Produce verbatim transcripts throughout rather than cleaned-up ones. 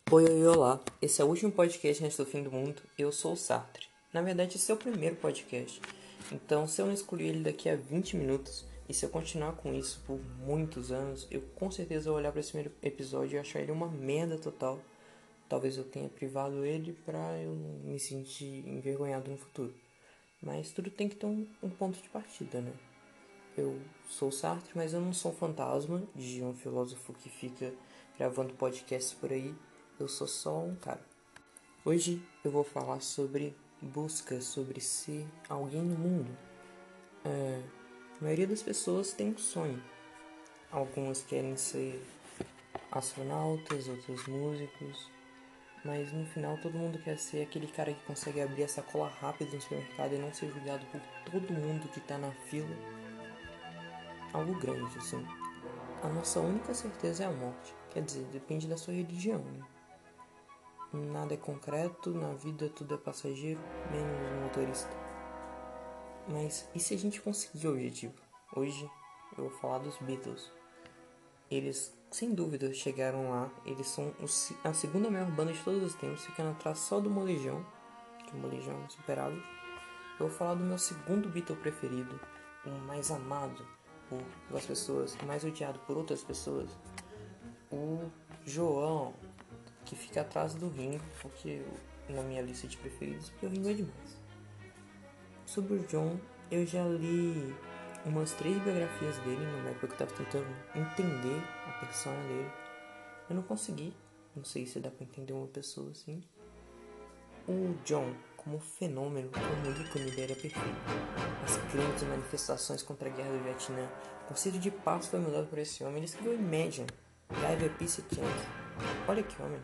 Oi, oi, olá. Esse é o último podcast antes do fim do mundo. Eu sou o Sartre. Na verdade, esse é o primeiro podcast. Então, se eu não excluir ele daqui a vinte minutos, e se eu continuar com isso por muitos anos, eu com certeza vou olhar para esse primeiro episódio e achar ele uma merda total. Talvez eu tenha privado ele pra eu não me sentir envergonhado no futuro. Mas tudo tem que ter um, um ponto de partida, né? Eu sou o Sartre, mas eu não sou um fantasma de um filósofo que fica gravando podcasts por aí. Eu sou só um cara. Hoje eu vou falar sobre busca, sobre ser alguém no mundo. É, a maioria das pessoas tem um sonho. Algumas querem ser astronautas, outros músicos. Mas no final todo mundo quer ser aquele cara que consegue abrir a sacola rápido no supermercado e não ser julgado por todo mundo que tá na fila. Algo grande, assim. A nossa única certeza é a morte. Quer dizer, depende da sua religião, né? Nada é concreto, na vida tudo é passageiro, menos o motorista. Mas e se a gente conseguir o objetivo? Hoje eu vou falar dos Beatles. Eles, sem dúvida, chegaram lá. Eles são a segunda maior banda de todos os tempos, ficando atrás só do Molejão, que o Molejão é insuperável. Eu vou falar do meu segundo Beatle preferido, o mais amado por, pelas pessoas, o mais odiado por outras pessoas, o João, que fica atrás do Ringo, porque eu, na minha lista de preferidos, porque o Ringo é demais. Sobre o John, eu já li umas três biografias dele, numa época que eu tava tentando entender a persona dele. Eu não consegui, não sei se dá pra entender uma pessoa assim. O John, como fenômeno, como ícone, ele era perfeito. As grandes manifestações contra a guerra do Vietnã, o conceito de paz foi mudado por esse homem. Ele escreveu Imagine, Give a Peace a Chance. Olha que homem.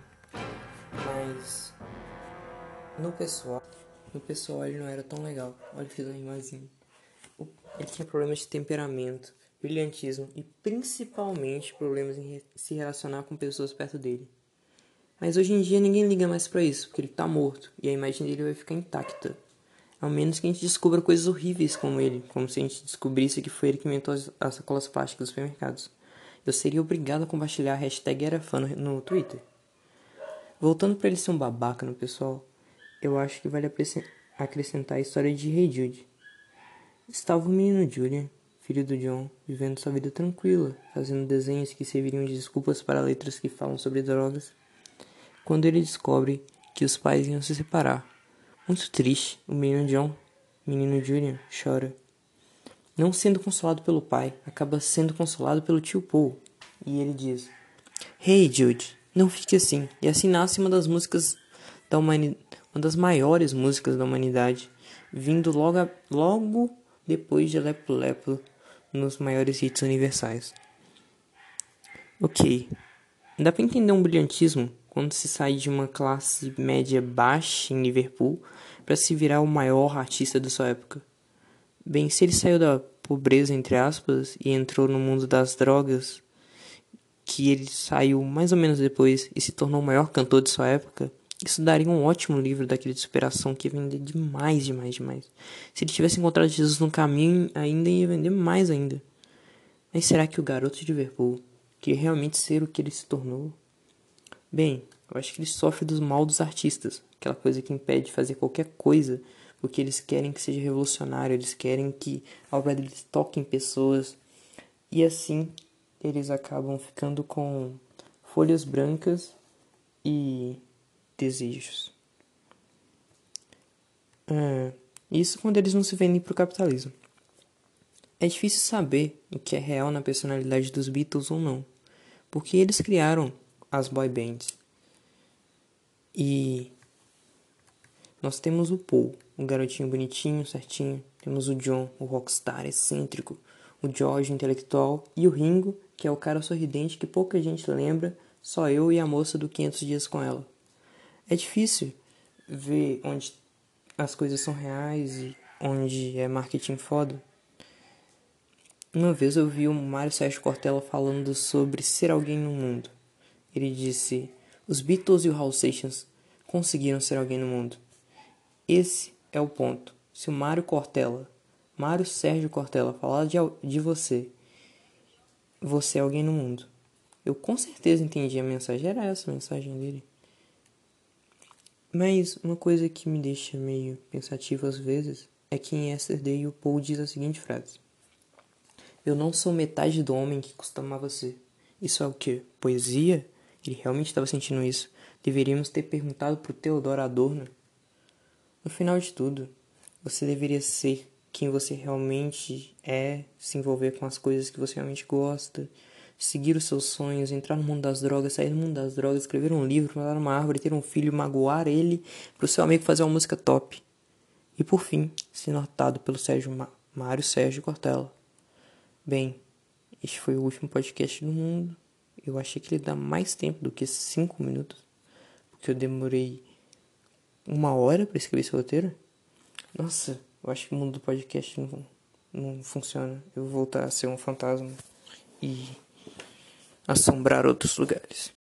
Mas no pessoal, no pessoal ele não era tão legal. Olha, fiz uma rimazinha. Ele tinha problemas de temperamento, brilhantismo e principalmente problemas em se relacionar com pessoas perto dele. Mas hoje em dia ninguém liga mais pra isso, porque ele tá morto e a imagem dele vai ficar intacta. Ao menos que a gente descubra coisas horríveis como ele, como se a gente descobrisse que foi ele que inventou as, as sacolas plásticas dos supermercados. Eu seria obrigado a compartilhar a hashtag EraFã no, no Twitter. Voltando pra ele ser um babaca no pessoal, eu acho que vale acrescentar a história de Hey Jude. Estava o menino Julian, filho do John, vivendo sua vida tranquila, fazendo desenhos que serviriam de desculpas para letras que falam sobre drogas, quando ele descobre que os pais iam se separar. Muito triste, o menino John, menino Julian, chora. Não sendo consolado pelo pai, acaba sendo consolado pelo tio Paul. E ele diz: Hey Jude, não fique assim. E assim nasce uma das músicas da humanidade, uma das maiores músicas da humanidade, vindo logo, a, logo depois de Lepo Lepo nos maiores hits universais. Ok, dá pra entender um brilhantismo quando se sai de uma classe média baixa em Liverpool para se virar o maior artista da sua época. Bem, se ele saiu da pobreza, entre aspas, e entrou no mundo das drogas, que ele saiu mais ou menos depois e se tornou o maior cantor de sua época, isso daria um ótimo livro daquele de superação que ia vender demais, demais, demais. Se ele tivesse encontrado Jesus no caminho, ainda ia vender mais ainda. Mas será que o garoto de Liverpool queria realmente ser o que ele se tornou? Bem, eu acho que ele sofre dos mal dos artistas, aquela coisa que impede de fazer qualquer coisa, porque eles querem que seja revolucionário, eles querem que a obra deles toque em pessoas, e assim eles acabam ficando com folhas brancas e desejos. Ah, isso quando eles não se vendem para o capitalismo. É difícil saber o que é real na personalidade dos Beatles ou não, porque eles criaram as boy bands. E nós temos o Paul, um garotinho bonitinho, certinho. Temos o John, o rockstar excêntrico. O George, intelectual. E o Ringo, que é o cara sorridente que pouca gente lembra, só eu e a moça do quinhentos dias com ela. É difícil ver onde as coisas são reais e onde é marketing foda. Uma vez eu vi o Mário Sérgio Cortella falando sobre ser alguém no mundo. Ele disse: os Beatles e o Hal Seixas conseguiram ser alguém no mundo. Esse é o ponto. Se o Mário Cortella, Mário Sérgio Cortella, falar de, de você, você é alguém no mundo. Eu com certeza entendi a mensagem. Era essa a mensagem dele. Mas uma coisa que me deixa meio pensativo às vezes é que em Yesterday o Paul diz a seguinte frase: eu não sou metade do homem que costumava ser. Isso é o quê? Poesia? Ele realmente estava sentindo isso. Deveríamos ter perguntado pro Theodor Adorno. No final de tudo, você deveria ser quem você realmente é, se envolver com as coisas que você realmente gosta, seguir os seus sonhos, entrar no mundo das drogas, sair do mundo das drogas, escrever um livro, plantar uma árvore, ter um filho, magoar ele, pro seu amigo fazer uma música top. E por fim, ser notado pelo Sérgio Ma- Mário Sérgio Cortella. Bem, este foi o último podcast do mundo. Eu achei que ele dá mais tempo do que cinco minutos, porque eu demorei uma hora para escrever esse roteiro. Nossa, eu acho que o mundo do podcast não, não funciona. Eu vou voltar a ser um fantasma e assombrar outros lugares.